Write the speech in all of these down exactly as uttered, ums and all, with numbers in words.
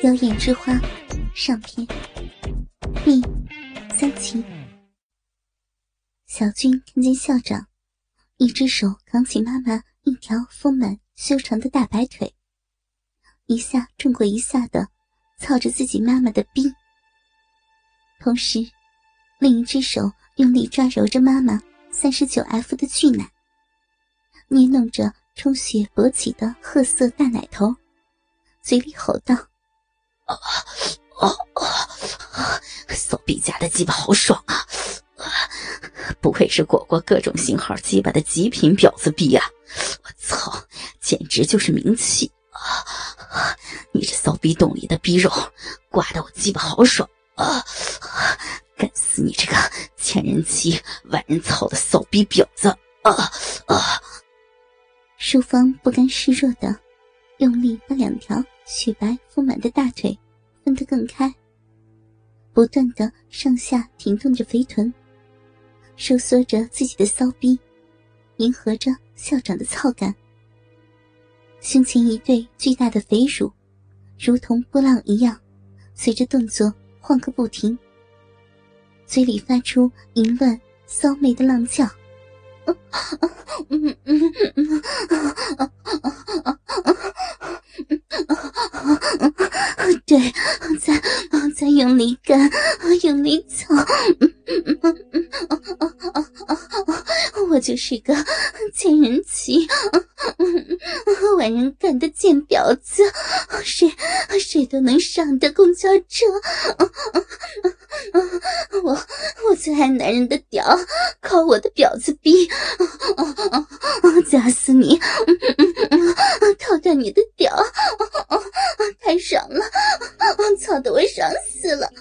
妖艳之花上篇第三期。小军看见校长一只手扛起妈妈一条丰满修长的大白腿，一下重过一下的操着自己妈妈的逼，同时另一只手用力抓揉着妈妈 三十九 F 的巨奶，捏弄着充血勃起的褐色大奶头，嘴里吼道： 啊啊啊！骚逼家的鸡巴好爽啊！啊不愧是果果各种型号鸡巴的极品婊子逼啊！我操，简直就是名气啊！你这骚逼洞里的逼肉，刮得我鸡巴好爽啊！干死你这个千人骑万人操的骚逼婊子啊啊！ 淑芳不甘示弱的用力把两条雪白丰满的大腿分得更开，不断的上下挺动着肥臀，收缩着自己的骚逼，迎合着校长的操感。胸前一对巨大的肥乳如同波浪一样随着动作晃个不停，嘴里发出淫乱骚媚的浪叫。对，再再用力干，用力操，我就是个千人骑万人干的贱婊子，谁谁都能上的公交车。我我最爱男人的屌，靠我的婊子逼，夹死你，掏断你的屌，太爽了，操得我爽死了。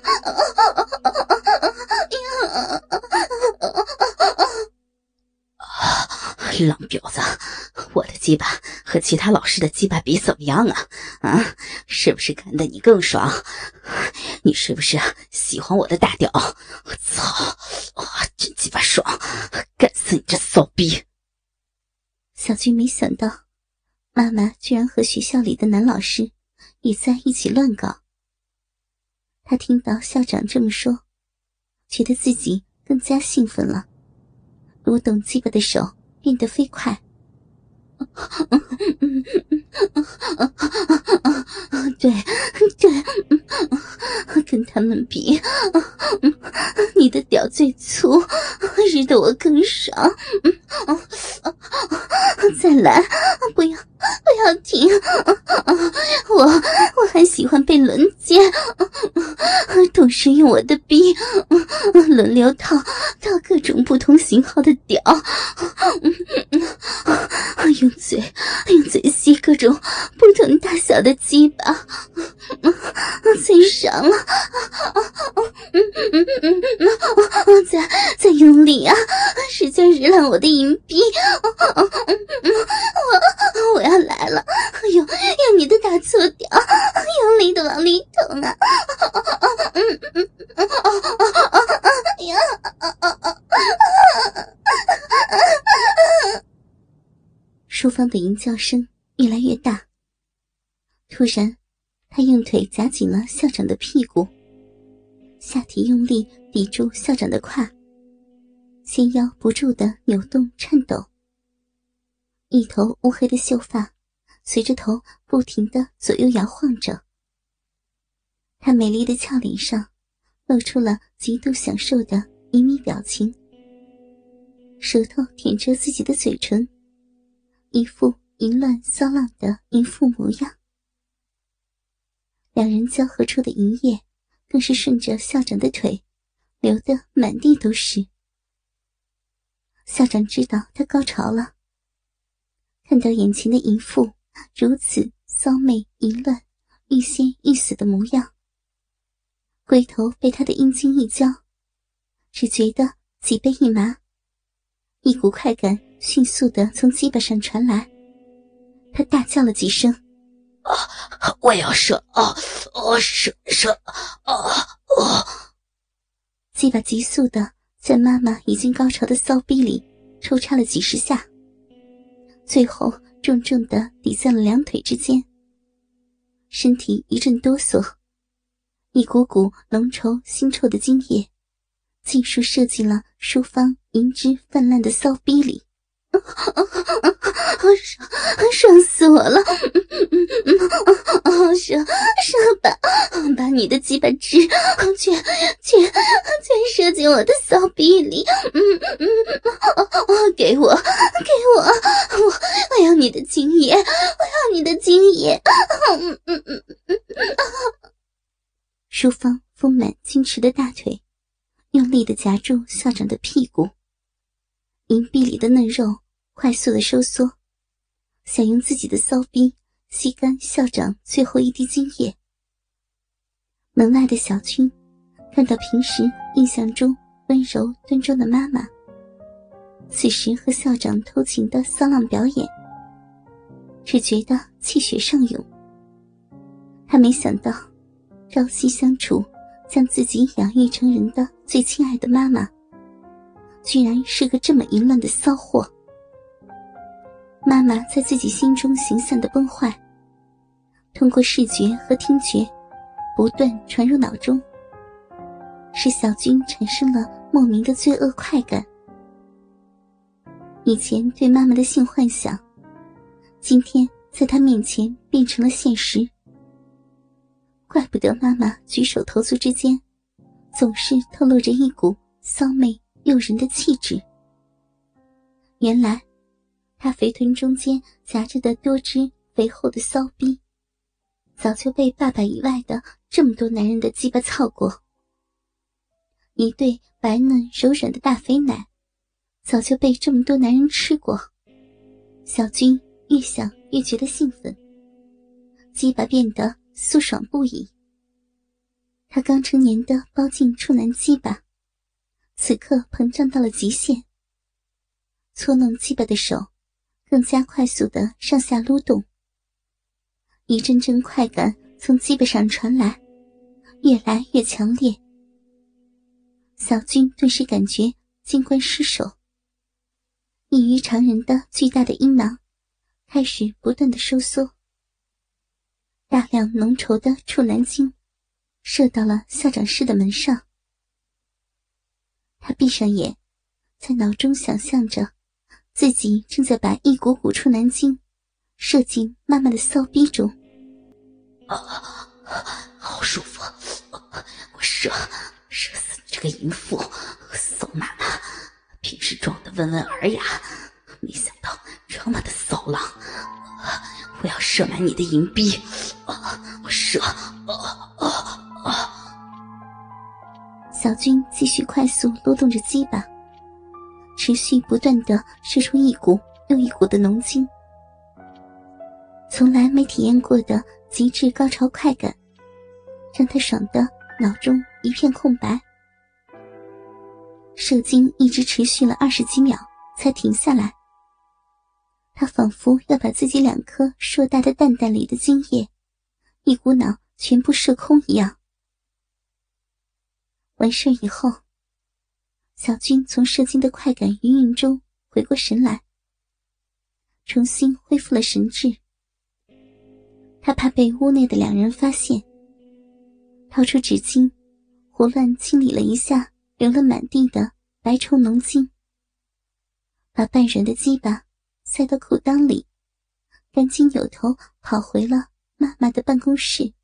浪婊子，我的鸡巴和其他老师的鸡巴比怎么样啊？啊，是不是干得你更爽？你是不是喜欢我的大屌？我操，哇，真鸡巴爽！干死你这骚逼！ 小军没想到，妈妈居然和学校里的男老师也在一起乱搞。他听到校长这么说，觉得自己更加兴奋了，撸动鸡巴的手变得飞快。对对，跟他们比，你的屌最粗，日得我更爽。再来，不要不要停，我我还喜欢被轮奸，同时用我的逼轮流套套各种不同型号的屌，用嘴用嘴吸各种不同大小的鸡巴，最爽了！再再用力啊，使劲日烂我的银币！我我要来了，用用你的大粗屌，用力的往里捅啊！淑芳的淫叫声越来越大，突然她用腿夹紧了校长的屁股，下体用力抵住校长的胯，纤腰不住地扭动颤抖，一头乌黑的秀发随着头不停地左右摇晃着，她美丽的俏脸上露出了极度享受的旖旎表情，舌头舔着自己的嘴唇，一副淫乱骚浪的淫妇模样。两人交合出的淫液更是顺着校长的腿流得满地都是。校长知道他高潮了，看到眼前的淫妇如此骚媚淫乱欲仙欲死的模样，龟头被他的阴茎一浇，只觉得脊背一麻，一股快感迅速地从鸡巴上传来，他大叫了几声： 啊！我也要射啊！哦，射射啊！哦！ 鸡巴急速地在妈妈已经高潮的骚逼里抽插了几十下，最后重重地抵在了两腿之间， 身体一阵哆嗦，一股股浓稠腥臭的精液尽数射进了淑芳银汁泛滥的骚逼里。爽爽死我了！射射吧，把你的鸡巴汁全全全射进我的骚逼里！嗯嗯，给我给我，我我要你的精液，我要你的精液！嗯嗯嗯嗯。淑芳丰满矜持的大腿用力地夹住校长的屁股，银壁里的嫩肉快速地收缩，想用自己的骚逼吸干校长最后一滴精液。门外的小军看到平时印象中温柔端庄的妈妈，此时和校长偷情的骚浪表演，只觉得气血上涌。他没想到朝夕相处将自己养育成人的最亲爱的妈妈，居然是个这么淫乱的骚货。妈妈在自己心中形象的崩坏，通过视觉和听觉不断传入脑中，使小军产生了莫名的罪恶快感。以前对妈妈的性幻想，今天在他面前变成了现实。怪不得妈妈举手投足之间总是透露着一股骚媚诱人的气质。原来她肥臀中间夹着的多汁肥厚的骚逼，早就被爸爸以外的这么多男人的鸡巴操过。一对白嫩柔软的大肥奶早就被这么多男人吃过。小军越想越觉得兴奋，鸡巴变得酥爽不已。他刚成年的包茎处男鸡巴此刻膨胀到了极限，搓弄鸡巴的手更加快速地上下撸动，一阵阵快感从鸡巴上传来，越来越强烈。小军顿时感觉金冠失守，异于常人的巨大的阴囊开始不断的收缩，大量浓稠的处男精射到了校长室的门上。他闭上眼，在脑中想象着自己正在把一股股处男精射进妈妈的骚逼中。 啊，好舒服！我射射死你这个淫妇！骚妈妈，平时装的温文尔雅，没想到这么的骚浪！我要射满你的淫逼！啊，我射！啊啊啊！ 小军继续快速撸动着鸡巴，持续不断地射出一股又一股的浓精。从来没体验过的极致高潮快感，让他爽得脑中一片空白。射精一直持续了二十几秒才停下来，他仿佛要把自己两颗硕大的蛋蛋里的精液一股脑全部射空一样。完事以后，小军从射精的快感云云中回过神来，重新恢复了神智。他怕被屋内的两人发现，掏出纸巾胡乱清理了一下流了满地的白稠浓精，把半软的鸡巴塞到裤裆里，赶紧扭头跑回了妈妈的办公室。